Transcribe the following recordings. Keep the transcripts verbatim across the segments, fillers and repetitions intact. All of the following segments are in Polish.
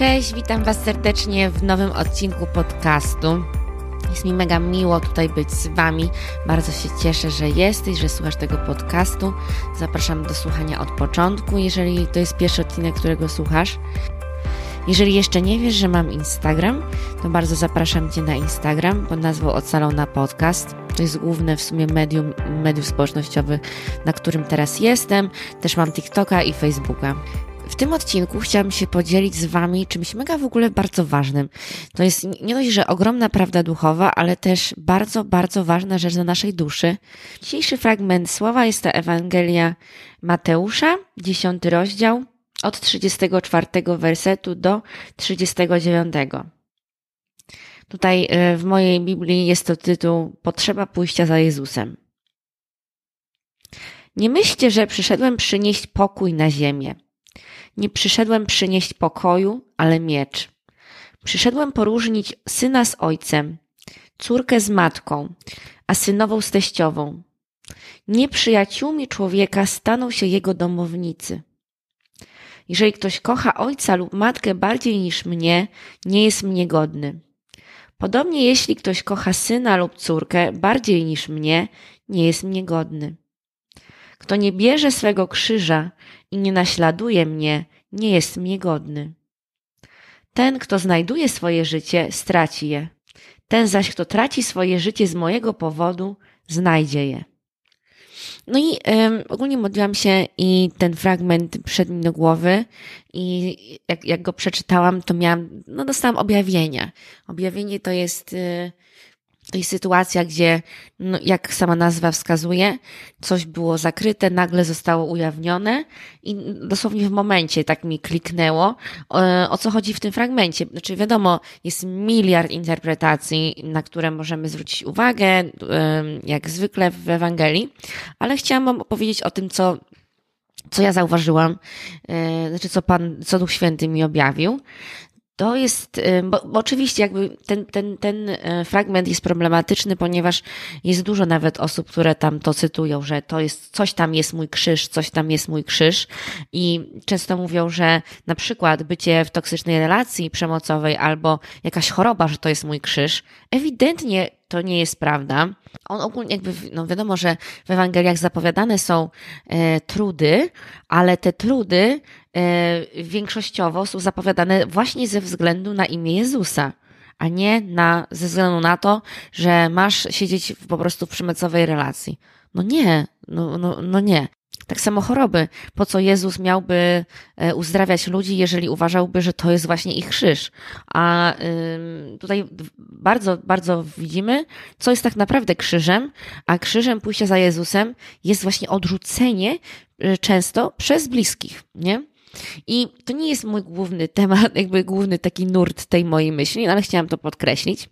Cześć, witam Was serdecznie w nowym odcinku podcastu. Jest mi mega miło tutaj być z Wami. Bardzo się cieszę, że jesteś, że słuchasz tego podcastu. Zapraszam do słuchania od początku, jeżeli to jest pierwszy odcinek, którego słuchasz. Jeżeli jeszcze nie wiesz, że mam Instagram, to bardzo zapraszam Cię na Instagram pod nazwą Ocalona Podcast. To jest główne w sumie medium mediów społecznościowych, na którym teraz jestem. Też mam TikToka i Facebooka. W tym odcinku chciałabym się podzielić z Wami czymś mega w ogóle bardzo ważnym. To jest nie dość, że ogromna prawda duchowa, ale też bardzo, bardzo ważna rzecz dla naszej duszy. Dzisiejszy fragment słowa jest to Ewangelia Mateusza, dziesiąty rozdział, od trzydziestego czwartego wersetu do trzydziestego dziewiątego. Tutaj w mojej Biblii jest to tytuł Potrzeba pójścia za Jezusem. Nie myślcie, że przyszedłem przynieść pokój na ziemię. Nie przyszedłem przynieść pokoju, ale miecz. Przyszedłem poróżnić syna z ojcem, córkę z matką, a synową z teściową. Nieprzyjaciółmi człowieka staną się jego domownicy. Jeżeli ktoś kocha ojca lub matkę bardziej niż mnie, nie jest mnie godny. Podobnie jeśli ktoś kocha syna lub córkę bardziej niż mnie, nie jest mnie godny. Kto nie bierze swego krzyża i nie naśladuje mnie, nie jest mnie godny. Ten, kto znajduje swoje życie, straci je. Ten zaś, kto traci swoje życie z mojego powodu, znajdzie je. No i um, ogólnie modliłam się i ten fragment przyszedł mi do głowy i jak, jak go przeczytałam, to miałam, no dostałam objawienia. Objawienie to jest... Y, To jest sytuacja, gdzie, no, jak sama nazwa wskazuje, coś było zakryte, nagle zostało ujawnione i dosłownie w momencie tak mi kliknęło, o, o co chodzi w tym fragmencie. Znaczy wiadomo, jest miliard interpretacji, na które możemy zwrócić uwagę, jak zwykle w Ewangelii, ale chciałam wam opowiedzieć o tym, co, co ja zauważyłam, znaczy co Pan, co Duch Święty mi objawił. To jest, bo, bo oczywiście jakby ten, ten, ten fragment jest problematyczny, ponieważ jest dużo nawet osób, które tam to cytują, że to jest, coś tam jest mój krzyż, coś tam jest mój krzyż i często mówią, że na przykład bycie w toksycznej relacji przemocowej albo jakaś choroba, że to jest mój krzyż. Ewidentnie to nie jest prawda. On ogólnie jakby, no wiadomo, że w Ewangeliach zapowiadane są e, trudy, ale te trudy e, większościowo są zapowiadane właśnie ze względu na imię Jezusa, a nie na, ze względu na to, że masz siedzieć w, po prostu w przemocowej relacji. No nie, no, no, no nie. Tak samo choroby. Po co Jezus miałby uzdrawiać ludzi, jeżeli uważałby, że to jest właśnie ich krzyż? A ym, tutaj bardzo, bardzo widzimy, co jest tak naprawdę krzyżem, a krzyżem pójścia za Jezusem jest właśnie odrzucenie często przez bliskich, nie? I to nie jest mój główny temat, jakby główny taki nurt tej mojej myśli, ale chciałam to podkreślić.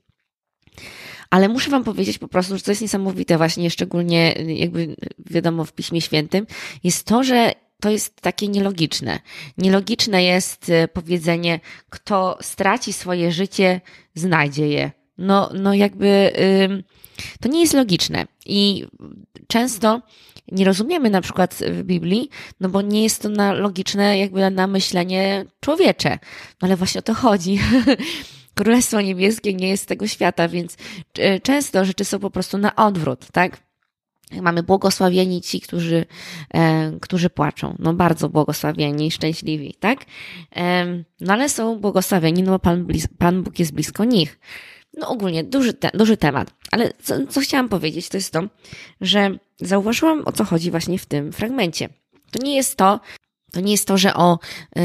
Ale muszę wam powiedzieć po prostu, że co jest niesamowite właśnie, szczególnie jakby wiadomo w Piśmie Świętym, jest to, że to jest takie nielogiczne. Nielogiczne jest powiedzenie, kto straci swoje życie, znajdzie je. No, no jakby ym, to nie jest logiczne i często nie rozumiemy na przykład w Biblii, no bo nie jest to na logiczne jakby na myślenie człowiecze. No ale właśnie o to chodzi. Królestwo Niebieskie nie jest z tego świata, więc często rzeczy są po prostu na odwrót, tak? Mamy błogosławieni ci, którzy, e, którzy płaczą. No bardzo błogosławieni i szczęśliwi, tak? E, no ale są błogosławieni, no bo Pan, blis- Pan Bóg jest blisko nich. No ogólnie duży, te, duży temat. Ale co, co chciałam powiedzieć, to jest to, że zauważyłam, o co chodzi właśnie w tym fragmencie. To nie jest to, To nie jest to, że o yy,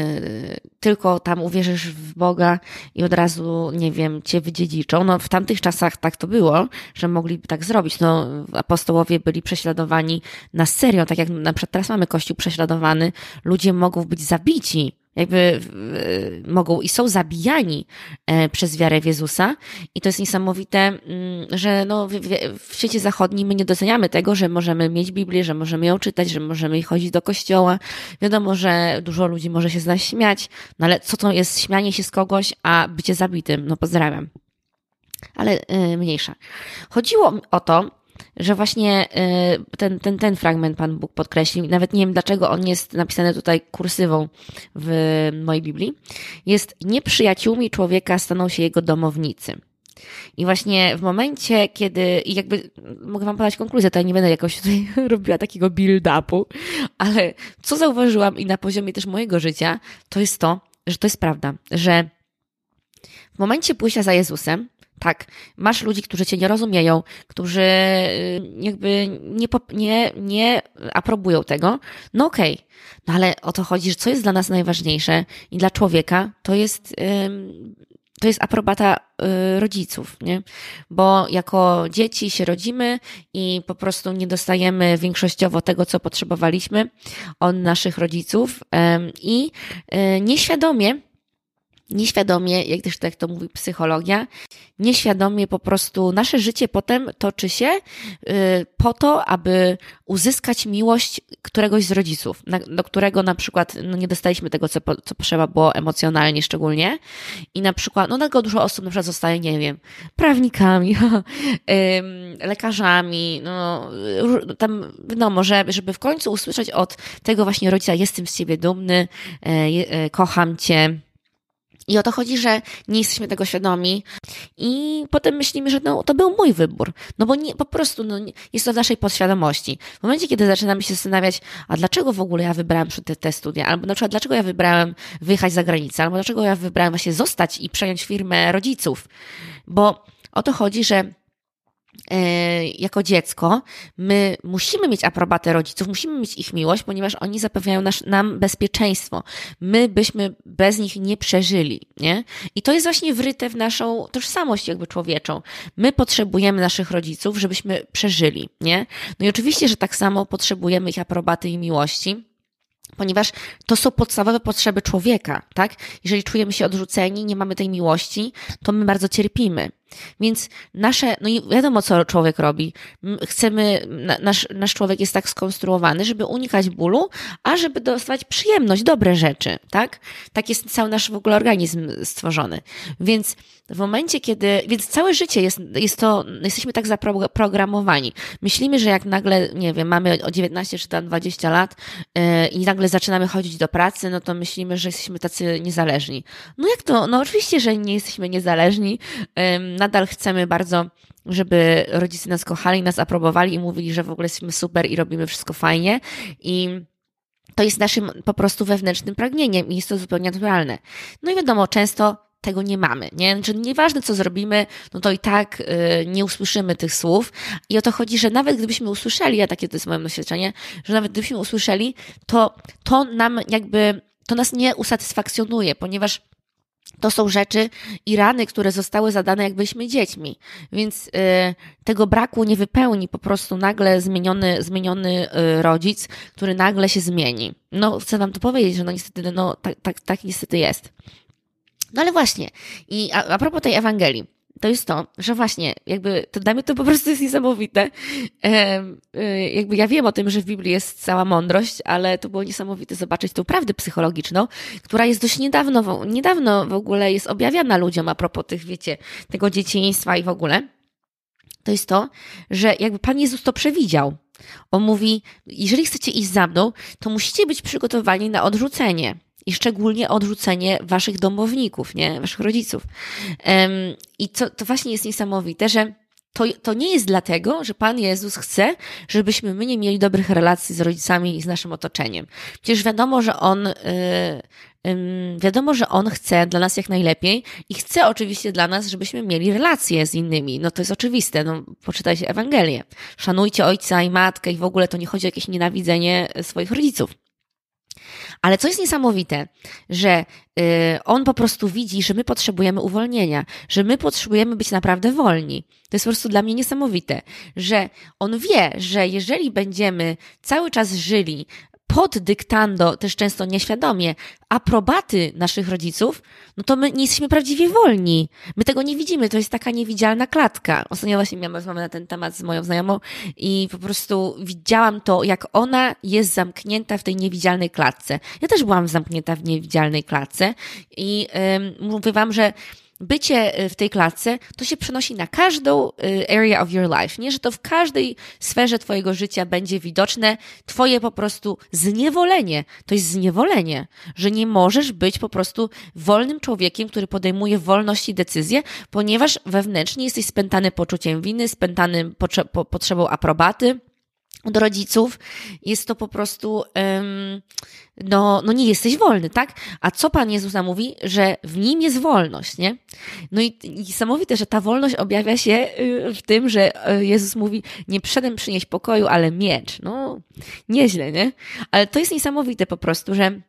tylko tam uwierzysz w Boga i od razu, nie wiem, cię wydziedziczą. No w tamtych czasach tak to było, że mogliby tak zrobić. No apostołowie byli prześladowani na serio, tak jak na przykład teraz mamy Kościół prześladowany. Ludzie mogą być zabici, jakby yy, mogą i są zabijani yy, przez wiarę w Jezusa. I to jest niesamowite, yy, że no w, w, w świecie zachodnim my nie doceniamy tego, że możemy mieć Biblię, że możemy ją czytać, że możemy chodzić do kościoła. Wiadomo, że dużo ludzi może się z nas śmiać, no ale co to jest śmianie się z kogoś, a bycie zabitym? No pozdrawiam. Ale yy, mniejsza. Chodziło o to, że właśnie ten, ten, ten fragment Pan Bóg podkreślił, nawet nie wiem dlaczego on jest napisany tutaj kursywą w mojej Biblii, jest: nieprzyjaciółmi człowieka staną się jego domownicy. I właśnie w momencie, kiedy, i jakby mogę wam podać konkluzję, to ja nie będę jakoś tutaj robiła takiego build-upu, ale co zauważyłam i na poziomie też mojego życia, to jest to, że to jest prawda, że w momencie pójścia za Jezusem, tak, masz ludzi, którzy cię nie rozumieją, którzy jakby nie, nie, nie aprobują tego, no okej, okay. No ale o to chodzi, że co jest dla nas najważniejsze i dla człowieka, to jest... Ym, To jest aprobata y, rodziców, nie? Bo jako dzieci się rodzimy i po prostu nie dostajemy większościowo tego, co potrzebowaliśmy od naszych rodziców y, i y, nieświadomie, nieświadomie, jak też tak to mówi psychologia, nieświadomie po prostu nasze życie potem toczy się y, po to, aby uzyskać miłość któregoś z rodziców, na, do którego na przykład no, nie dostaliśmy tego, co, co potrzeba było emocjonalnie szczególnie i na przykład, no dlatego dużo osób na przykład zostaje, nie wiem, prawnikami, lekarzami, no tam wiadomo, że, żeby w końcu usłyszeć od tego właśnie rodzica: jestem z ciebie dumny, e, e, kocham cię. I o to chodzi, że nie jesteśmy tego świadomi i potem myślimy, że no, to był mój wybór. No bo nie, po prostu no, jest to w naszej podświadomości. W momencie, kiedy zaczynamy się zastanawiać, a dlaczego w ogóle ja wybrałem te, te studia, albo na przykład dlaczego ja wybrałem wyjechać za granicę, albo dlaczego ja wybrałem właśnie zostać i przejąć firmę rodziców. Bo o to chodzi, że jako dziecko my musimy mieć aprobatę rodziców, musimy mieć ich miłość, ponieważ oni zapewniają nas, nam bezpieczeństwo. My byśmy bez nich nie przeżyli, nie? I to jest właśnie wryte w naszą tożsamość jakby człowieczą. My potrzebujemy naszych rodziców, żebyśmy przeżyli, nie? No i oczywiście, że tak samo potrzebujemy ich aprobaty i miłości, ponieważ to są podstawowe potrzeby człowieka, tak? Jeżeli czujemy się odrzuceni, nie mamy tej miłości, to my bardzo cierpimy. Więc nasze, no i wiadomo, co człowiek robi. Chcemy, nasz, nasz człowiek jest tak skonstruowany, żeby unikać bólu, a żeby dostawać przyjemność, dobre rzeczy, tak? Tak jest cały nasz w ogóle organizm stworzony. Więc w momencie, kiedy, więc całe życie jest, jest to, jesteśmy tak zaprogramowani. Myślimy, że jak nagle, nie wiem, mamy o dziewiętnaście czy tam dwadzieścia lat yy, i nagle zaczynamy chodzić do pracy, no to myślimy, że jesteśmy tacy niezależni. No jak to? No oczywiście, że nie jesteśmy niezależni. Yy, Nadal chcemy bardzo, żeby rodzice nas kochali, nas aprobowali i mówili, że w ogóle jesteśmy super i robimy wszystko fajnie. I to jest naszym po prostu wewnętrznym pragnieniem i jest to zupełnie naturalne. No i wiadomo, często tego nie mamy, nie? Znaczy, nieważne co zrobimy, no to i tak yy, nie usłyszymy tych słów. I o to chodzi, że nawet gdybyśmy usłyszeli, a takie to jest moje doświadczenie, że nawet gdybyśmy usłyszeli, to to nam jakby, to nas nie usatysfakcjonuje, ponieważ to są rzeczy i rany, które zostały zadane, jak byliśmy dziećmi. Więc y, tego braku nie wypełni po prostu nagle zmieniony, zmieniony y, rodzic, który nagle się zmieni. No, chcę wam to powiedzieć, że no niestety, no tak, tak, tak niestety jest. No ale właśnie, i a, a propos tej Ewangelii, to jest to, że właśnie jakby to dla mnie to po prostu jest niesamowite. E, e, jakby ja wiem o tym, że w Biblii jest cała mądrość, ale to było niesamowite zobaczyć tą prawdę psychologiczną, która jest dość niedawno, niedawno w ogóle jest objawiana ludziom a propos tych, wiecie, tego dzieciństwa i w ogóle. To jest to, że jakby Pan Jezus to przewidział. On mówi, jeżeli chcecie iść za mną, to musicie być przygotowani na odrzucenie. I szczególnie odrzucenie waszych domowników, nie? Waszych rodziców. Um, I to, to właśnie jest niesamowite, że to, to nie jest dlatego, że Pan Jezus chce, żebyśmy my nie mieli dobrych relacji z rodzicami i z naszym otoczeniem. Przecież wiadomo, że On, yy, yy, wiadomo, że On chce dla nas jak najlepiej i chce oczywiście dla nas, żebyśmy mieli relacje z innymi. No to jest oczywiste, no poczytajcie Ewangelię. Szanujcie ojca i matkę i w ogóle to nie chodzi o jakieś nienawidzenie swoich rodziców. Ale co jest niesamowite, że y, on po prostu widzi, że my potrzebujemy uwolnienia, że my potrzebujemy być naprawdę wolni. To jest po prostu dla mnie niesamowite, że on wie, że jeżeli będziemy cały czas żyli pod dyktando, też często nieświadomie, aprobaty naszych rodziców, no to my nie jesteśmy prawdziwie wolni. My tego nie widzimy, to jest taka niewidzialna klatka. Ostatnio właśnie miałam rozmowę na ten temat z moją znajomą i po prostu widziałam to, jak ona jest zamknięta w tej niewidzialnej klatce. Ja też byłam zamknięta w niewidzialnej klatce i ym, mówię wam, że bycie w tej klatce, to się przenosi na każdą area of your life, nie? Że to w każdej sferze twojego życia będzie widoczne twoje po prostu zniewolenie. To jest zniewolenie, że nie możesz być po prostu wolnym człowiekiem, który podejmuje wolność i decyzje, ponieważ wewnętrznie jesteś spętany poczuciem winy, spętany potrze- po- potrzebą aprobaty od rodziców. Jest to po prostu, um, no, no nie jesteś wolny, tak? A co Pan Jezus nam mówi? Że w Nim jest wolność, nie? No i niesamowite, że ta wolność objawia się w tym, że Jezus mówi, nie przyszedłem przynieść pokoju, ale miecz. No, nieźle, nie? Ale to jest niesamowite po prostu, że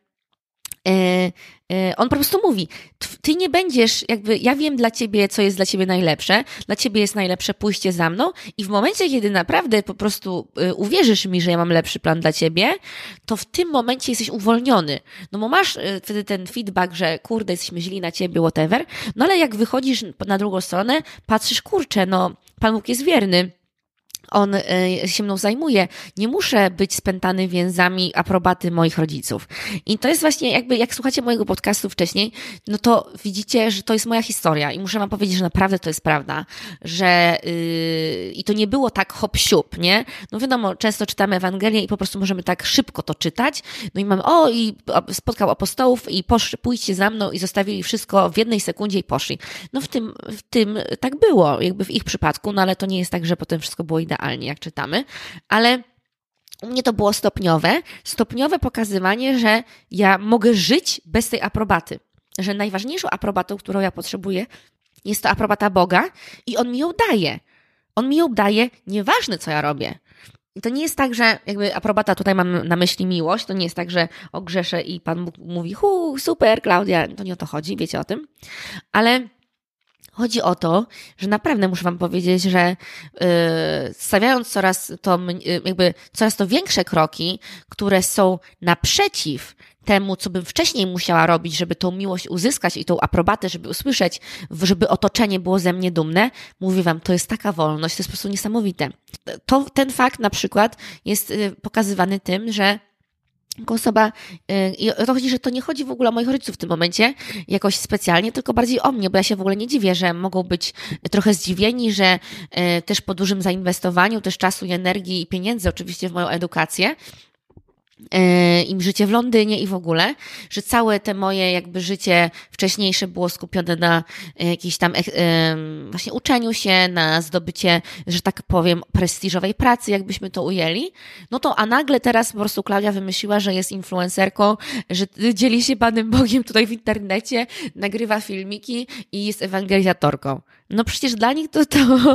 on po prostu mówi, ty nie będziesz, jakby, ja wiem dla ciebie, co jest dla ciebie najlepsze, dla ciebie jest najlepsze pójście za mną i w momencie, kiedy naprawdę po prostu uwierzysz mi, że ja mam lepszy plan dla ciebie, to w tym momencie jesteś uwolniony. No bo masz wtedy ten feedback, że kurde, jesteśmy źli na ciebie, whatever, no ale jak wychodzisz na drugą stronę, patrzysz, kurczę, no, Pan Bóg jest wierny. On się mną zajmuje. Nie muszę być spętany więzami aprobaty moich rodziców. I to jest właśnie jakby, jak słuchacie mojego podcastu wcześniej, no to widzicie, że to jest moja historia i muszę wam powiedzieć, że naprawdę to jest prawda, że yy, i to nie było tak hop siup, nie? No wiadomo, często czytamy Ewangelię i po prostu możemy tak szybko to czytać, no i mamy, o i spotkał apostołów i poszli, pójdźcie za mną i zostawili wszystko w jednej sekundzie i poszli. No w tym, w tym tak było, jakby w ich przypadku, no ale to nie jest tak, że potem wszystko było idealnie, jak czytamy, ale u mnie to było stopniowe, stopniowe pokazywanie, że ja mogę żyć bez tej aprobaty, że najważniejszą aprobatą, którą ja potrzebuję, jest to aprobata Boga i On mi ją daje. On mi ją daje, nieważne co ja robię. I to nie jest tak, że jakby aprobata, tutaj mam na myśli miłość, to nie jest tak, że ogrzeszę i Pan Bóg mówi, hu, super, Klaudia, to nie o to chodzi, wiecie o tym, ale chodzi o to, że naprawdę muszę wam powiedzieć, że yy, stawiając coraz to, yy, jakby coraz to większe kroki, które są naprzeciw temu, co bym wcześniej musiała robić, żeby tą miłość uzyskać i tą aprobatę, żeby usłyszeć, żeby otoczenie było ze mnie dumne, mówię wam, to jest taka wolność, to jest po prostu niesamowite. To, ten fakt na przykład jest yy, pokazywany tym, że jako osoba, i o to chodzi, że to nie chodzi w ogóle o moich rodziców w tym momencie jakoś specjalnie, tylko bardziej o mnie, bo ja się w ogóle nie dziwię, że mogą być trochę zdziwieni, że też po dużym zainwestowaniu też czasu i energii i pieniędzy oczywiście w moją edukację, im życie w Londynie i w ogóle, że całe te moje jakby życie wcześniejsze było skupione na jakiejś tam właśnie uczeniu się, na zdobycie, że tak powiem, prestiżowej pracy, jakbyśmy to ujęli, no to a nagle teraz po prostu Klaudia wymyśliła, że jest influencerką, że dzieli się Panem Bogiem tutaj w internecie, nagrywa filmiki i jest ewangelizatorką. No przecież dla nich to to,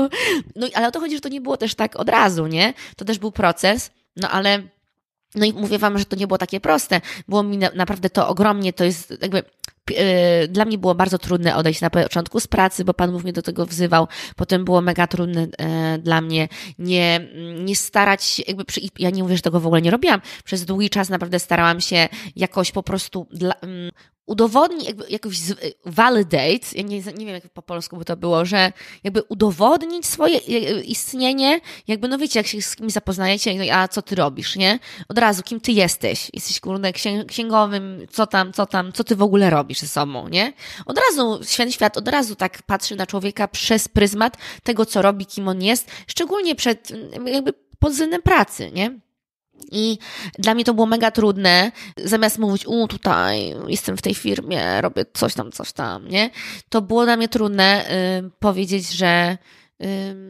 no ale o to chodzi, że to nie było też tak od razu, nie? To też był proces, no ale no i mówię wam, że to nie było takie proste. Było mi na, naprawdę to ogromnie, to jest jakby, yy, dla mnie było bardzo trudne odejść na początku z pracy, bo Pan Bóg mnie do tego wzywał. Potem było mega trudne yy, dla mnie nie, nie starać się, jakby, przy, ja nie mówię, że tego w ogóle nie robiłam. Przez długi czas naprawdę starałam się jakoś po prostu dla, yy, udowodnić, jakby jakoś validate, ja nie, nie wiem jak po polsku by to było, że jakby udowodnić swoje istnienie, jakby no wiecie, jak się z kimś zapoznajecie, a co ty robisz, nie? Od razu, kim ty jesteś? Jesteś kurde księgowym, co tam, co tam, co ty w ogóle robisz ze sobą, nie? Od razu, świat, świat od razu tak patrzy na człowieka przez pryzmat tego, co robi, kim on jest, szczególnie przed, jakby pod względem pracy, nie? I dla mnie to było mega trudne, zamiast mówić, u tutaj jestem w tej firmie, robię coś tam, coś tam, nie? To było dla mnie trudne y, powiedzieć, że y,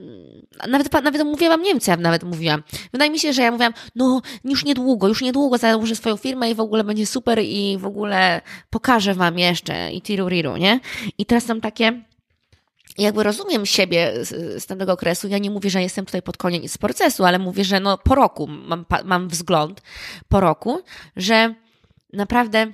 nawet, nawet mówię wam, nie wiem co ja nawet mówiłam. Wydaje mi się, że ja mówiłam, no już niedługo, już niedługo założę swoją firmę i w ogóle będzie super i w ogóle pokażę wam jeszcze i tiruriru, nie? I teraz mam takie... Jakby rozumiem siebie z, z tamtego okresu, ja nie mówię, że jestem tutaj pod koniec procesu, ale mówię, że no po roku mam, mam wzgląd, po roku, że naprawdę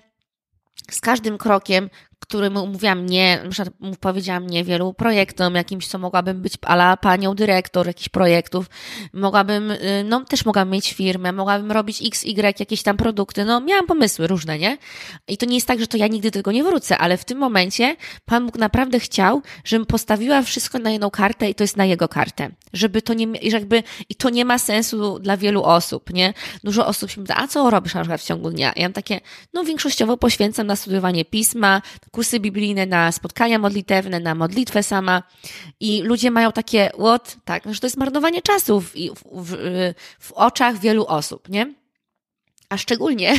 z każdym krokiem, którym mówiłam nie, na przykład powiedziałam nie wielu projektom, jakimś, co mogłabym być ala panią dyrektor jakichś projektów, mogłabym, no też mogłabym mieć firmę, mogłabym robić X, Y, jakieś tam produkty, no miałam pomysły różne, nie? I to nie jest tak, że to ja nigdy do tego nie wrócę, ale w tym momencie Pan Bóg naprawdę chciał, żebym postawiła wszystko na jedną kartę i to jest na Jego kartę. Żeby to nie, jakby, i to nie ma sensu dla wielu osób, nie? Dużo osób się pyta, a co robisz na przykład w ciągu dnia? Ja mam takie, no większościowo poświęcam na studiowanie pisma, kursy biblijne, na spotkania modlitewne, na modlitwę sama i ludzie mają takie, what? Tak, no, że to jest marnowanie czasu w, w, w, w oczach wielu osób, nie? A szczególnie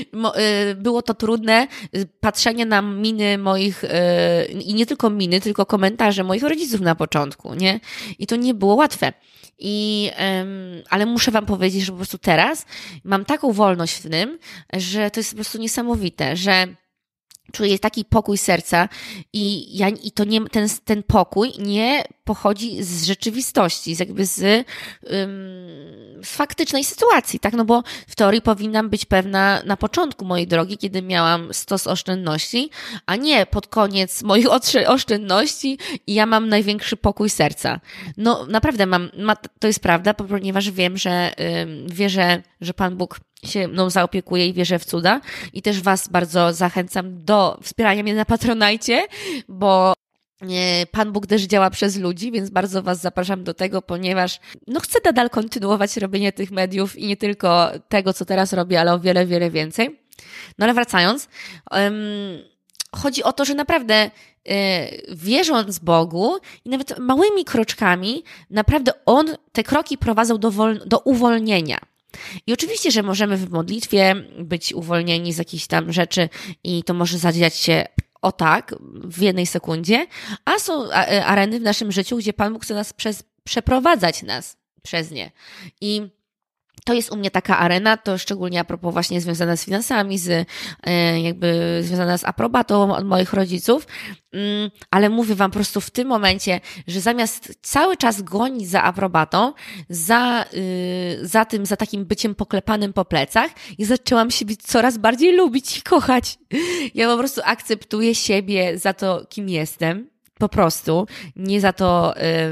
było to trudne, patrzenie na miny moich, i nie tylko miny, tylko komentarze moich rodziców na początku, nie? I to nie było łatwe. I, ale muszę wam powiedzieć, że po prostu teraz mam taką wolność w tym, że to jest po prostu niesamowite, że czuję taki pokój serca i ja, i to nie, ten, ten pokój nie pochodzi z rzeczywistości, z jakby z, ym, z faktycznej sytuacji, tak? No bo w teorii powinnam być pewna na początku mojej drogi, kiedy miałam stos oszczędności, a nie pod koniec moich oszczędności i ja mam największy pokój serca. No naprawdę mam, ma, to jest prawda, ponieważ wiem, że ym, wierzę, że Pan Bóg się mną zaopiekuje i wierzę w cuda i też was bardzo zachęcam do wspierania mnie na Patronajcie, bo Pan Bóg też działa przez ludzi, więc bardzo was zapraszam do tego, ponieważ no chcę nadal kontynuować robienie tych mediów i nie tylko tego, co teraz robię, ale o wiele, wiele więcej. No ale wracając, um, chodzi o to, że naprawdę yy, wierząc Bogu i nawet małymi kroczkami, naprawdę On te kroki prowadzą do, wol- do uwolnienia. I oczywiście, że możemy w modlitwie być uwolnieni z jakichś tam rzeczy i to może zadziać się o tak, w jednej sekundzie, a są areny w naszym życiu, gdzie Pan Bóg chce nas przez, przeprowadzać nas przez nie. I to jest u mnie taka arena, to szczególnie a propos właśnie związana z finansami, z, jakby związana z aprobatą od moich rodziców, ale mówię wam po prostu w tym momencie, że zamiast cały czas gonić za aprobatą, za, za tym, za takim byciem poklepanym po plecach, ja zaczęłam siebie coraz bardziej lubić i kochać. Ja po prostu akceptuję siebie za to, kim jestem, po prostu, nie za to...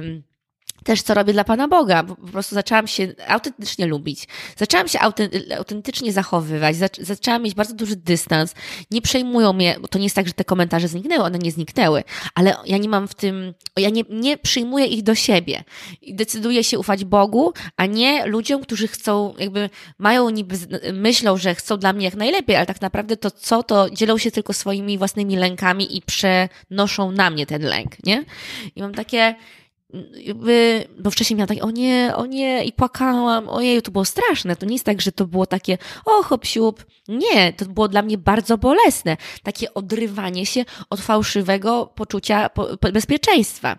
też co robię dla Pana Boga, bo po prostu zaczęłam się autentycznie lubić. Zaczęłam się autentycznie zachowywać, zaczęłam mieć bardzo duży dystans. Nie przejmują mnie, bo to nie jest tak, że te komentarze zniknęły, one nie zniknęły, ale ja nie mam w tym, ja nie, nie przyjmuję ich do siebie. I decyduję się ufać Bogu, a nie ludziom, którzy chcą, jakby mają niby, myślą, że chcą dla mnie jak najlepiej, ale tak naprawdę to co, to dzielą się tylko swoimi własnymi lękami i przenoszą na mnie ten lęk, nie? I mam takie... Jakby, bo wcześniej miałam takie, o nie, o nie, i płakałam, ojej, to było straszne. To nie jest tak, że to było takie, o hop siup. Nie, to było dla mnie bardzo bolesne. Takie odrywanie się od fałszywego poczucia bezpieczeństwa.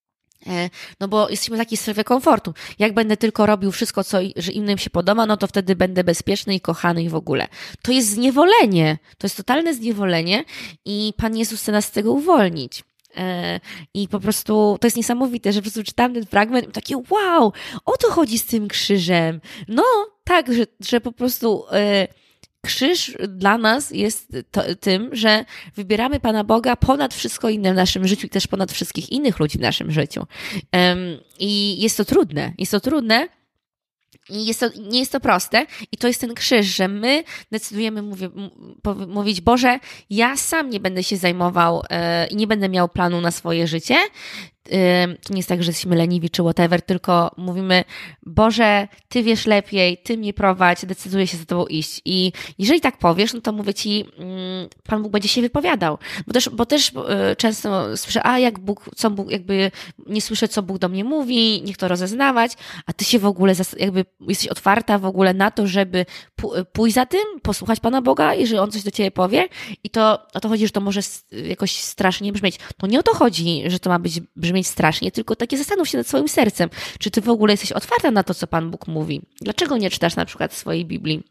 No bo jesteśmy w takiej strefie komfortu. Jak będę tylko robił wszystko, co że innym się podoba, no to wtedy będę bezpieczny i kochany i w ogóle. To jest zniewolenie. To jest totalne zniewolenie i Pan Jezus chce nas z tego uwolnić. I po prostu to jest niesamowite, że po prostu czytałam ten fragment i takie wow, o to chodzi z tym krzyżem. No tak, że, że po prostu e, krzyż dla nas jest to, tym, że wybieramy Pana Boga ponad wszystko inne w naszym życiu i też ponad wszystkich innych ludzi w naszym życiu. Um, I jest to trudne, jest to trudne. I jest to, nie jest to proste i to jest ten krzyż, że my decydujemy mówię, mówić, Boże, ja sam nie będę się zajmował i yy, nie będę miał planu na swoje życie. Yy, to nie jest tak, że jesteśmy leniwi czy whatever, tylko mówimy, Boże, Ty wiesz lepiej, Ty mnie prowadź, decyduję się za Tobą iść. I jeżeli tak powiesz, no to mówię Ci, yy, Pan Bóg będzie się wypowiadał. Bo też, bo też yy, często słyszę, a jak Bóg, co Bóg, jakby nie słyszę, co Bóg do mnie mówi, nie chcę rozeznawać, a Ty się w ogóle jakby jesteś otwarta w ogóle na to, żeby pójść za tym, posłuchać Pana Boga, jeżeli On coś do Ciebie powie i to o to chodzi, że to może jakoś strasznie brzmieć. To nie o to chodzi, że to ma być brzmieć strasznie, tylko takie zastanów się nad swoim sercem. Czy Ty w ogóle jesteś otwarta na to, co Pan Bóg mówi? Dlaczego nie czytasz na przykład swojej Biblii?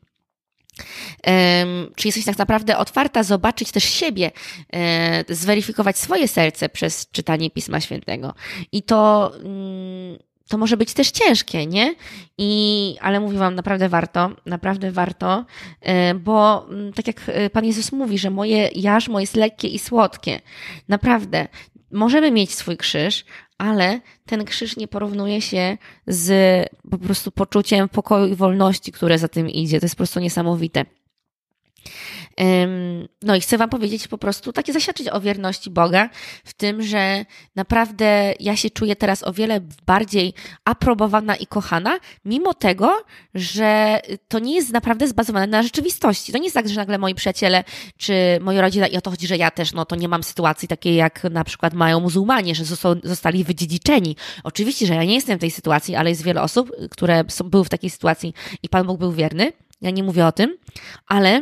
Um, czy jesteś tak naprawdę otwarta zobaczyć też siebie, e, zweryfikować swoje serce przez czytanie Pisma Świętego? I to... Mm, to może być też ciężkie, nie? I, ale mówię wam, naprawdę warto, naprawdę warto, bo tak jak Pan Jezus mówi, że moje jarzmo jest lekkie i słodkie. Naprawdę. Możemy mieć swój krzyż, ale ten krzyż nie porównuje się z po prostu poczuciem pokoju i wolności, które za tym idzie. To jest po prostu niesamowite. No i chcę wam powiedzieć po prostu, takie zaświadczyć o wierności Boga w tym, że naprawdę ja się czuję teraz o wiele bardziej aprobowana i kochana, mimo tego, że to nie jest naprawdę zbazowane na rzeczywistości. To nie jest tak, że nagle moi przyjaciele czy moja rodzina, i o to chodzi, że ja też, no to nie mam sytuacji takiej, jak na przykład mają muzułmanie, że zostali wydziedziczeni. Oczywiście, że ja nie jestem w tej sytuacji, ale jest wiele osób, które są, były w takiej sytuacji i Pan Bóg był wierny. Ja nie mówię o tym, ale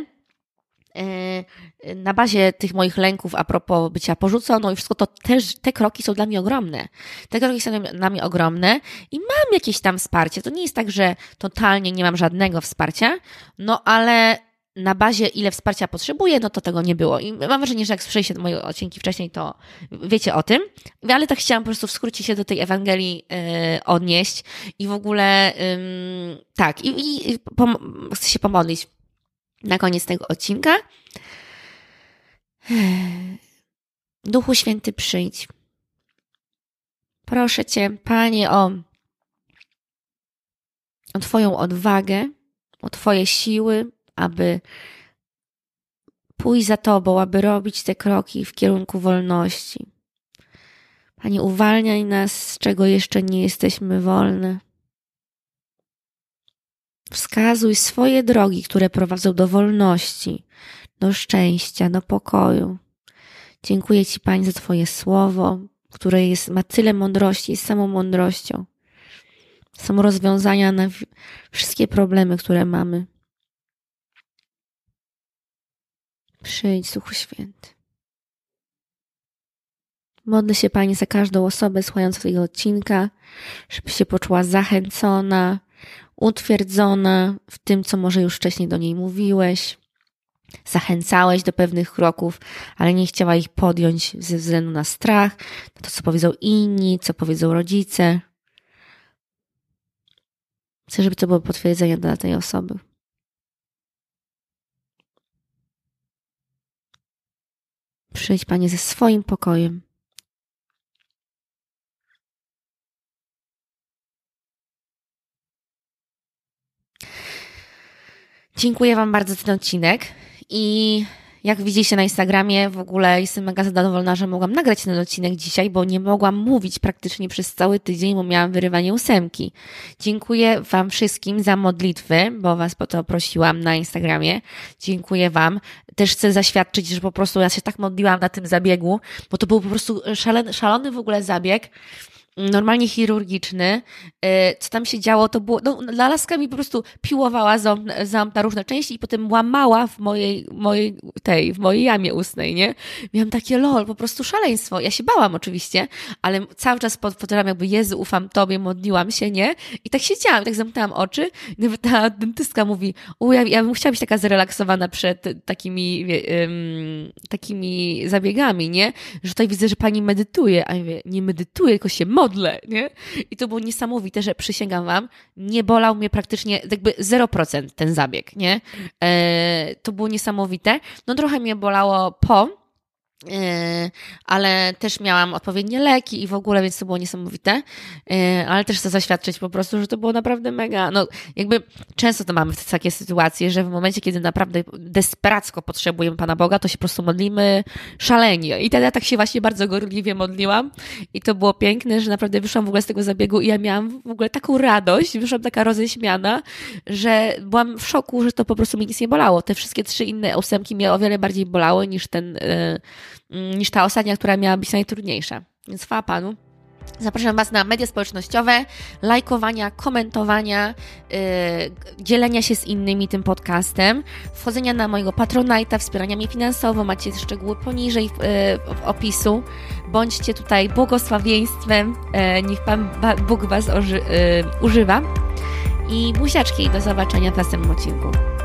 na bazie tych moich lęków a propos bycia porzuconą i wszystko, to też te kroki są dla mnie ogromne. Te kroki są dla mnie ogromne i mam jakieś tam wsparcie. To nie jest tak, że totalnie nie mam żadnego wsparcia, no ale na bazie ile wsparcia potrzebuję, no to tego nie było. I mam wrażenie, że jak słyszeliście moje odcinki wcześniej, to wiecie o tym. Ale tak chciałam po prostu w skrócie się do tej Ewangelii yy, odnieść i w ogóle yy, tak, i, i pom- chcę się pomodlić na koniec tego odcinka. Duchu Święty, przyjdź. Proszę Cię, Panie, o, o Twoją odwagę, o Twoje siły, aby pójść za Tobą, aby robić te kroki w kierunku wolności. Panie, uwalniaj nas, z czego jeszcze nie jesteśmy wolne. Wskazuj swoje drogi, które prowadzą do wolności, do szczęścia, do pokoju. Dziękuję Ci, Panie, za Twoje słowo, które jest, ma tyle mądrości, jest samą mądrością. Są rozwiązania na wszystkie problemy, które mamy. Przyjdź, Duchu Święty. Modlę się, Panie, za każdą osobę słuchającą tego odcinka, żeby się poczuła zachęcona, utwierdzona w tym, co może już wcześniej do niej mówiłeś. Zachęcałeś do pewnych kroków, ale nie chciała ich podjąć ze względu na strach, na to, co powiedzą inni, co powiedzą rodzice. Chcę, żeby to było potwierdzenie dla tej osoby. Przyjdź, Panie, ze swoim pokojem. Dziękuję Wam bardzo za ten odcinek i jak widzieliście na Instagramie, w ogóle jestem mega zadowolona, że mogłam nagrać ten odcinek dzisiaj, bo nie mogłam mówić praktycznie przez cały tydzień, bo miałam wyrywanie ósemki. Dziękuję Wam wszystkim za modlitwy, bo Was po to prosiłam na Instagramie. Dziękuję Wam. Też chcę zaświadczyć, że po prostu ja się tak modliłam na tym zabiegu, bo to był po prostu szalony, szalony w ogóle zabieg. Normalnie chirurgiczny. Co tam się działo, to było, no, laska mi po prostu piłowała ząb, ząb na różne części i potem łamała w mojej, mojej, tej, w mojej jamie ustnej, nie? Miałam takie lol, po prostu szaleństwo. Ja się bałam oczywiście, ale cały czas powtarzałam jakby Jezu, ufam Tobie, modliłam się, nie? I tak siedziałam, tak zamknęłam oczy i nawet ta dentystka mówi, u, ja, ja bym chciała być taka zrelaksowana przed takimi, um, takimi zabiegami, nie? Że tutaj widzę, że Pani medytuje, a ja mówię, nie medytuję, tylko się modlę. Modlę, nie? I to było niesamowite, że przysięgam Wam, nie bolał mnie praktycznie jakby zero procent ten zabieg, nie? E, to było niesamowite. No trochę mnie bolało po, Yy, ale też miałam odpowiednie leki i w ogóle, więc to było niesamowite, yy, ale też chcę zaświadczyć po prostu, że to było naprawdę mega, no jakby często to mamy takie sytuacje, że w momencie, kiedy naprawdę desperacko potrzebujemy Pana Boga, to się po prostu modlimy szalenie i wtedy ja tak się właśnie bardzo gorliwie modliłam i to było piękne, że naprawdę wyszłam w ogóle z tego zabiegu i ja miałam w ogóle taką radość, wyszłam taka roześmiana, że byłam w szoku, że to po prostu mi nic nie bolało. Te wszystkie trzy inne ósemki mnie o wiele bardziej bolały niż ten yy, niż ta ostatnia, która miała być najtrudniejsza. Więc chwała Panu. Zapraszam Was na media społecznościowe, lajkowania, komentowania, yy, dzielenia się z innymi tym podcastem, wchodzenia na mojego Patronite'a, wspierania mnie finansowo, macie szczegóły poniżej yy, w opisu. Bądźcie tutaj błogosławieństwem, yy, niech Pan Bóg Was oży, yy, używa. I buziaczki, do zobaczenia w następnym odcinku.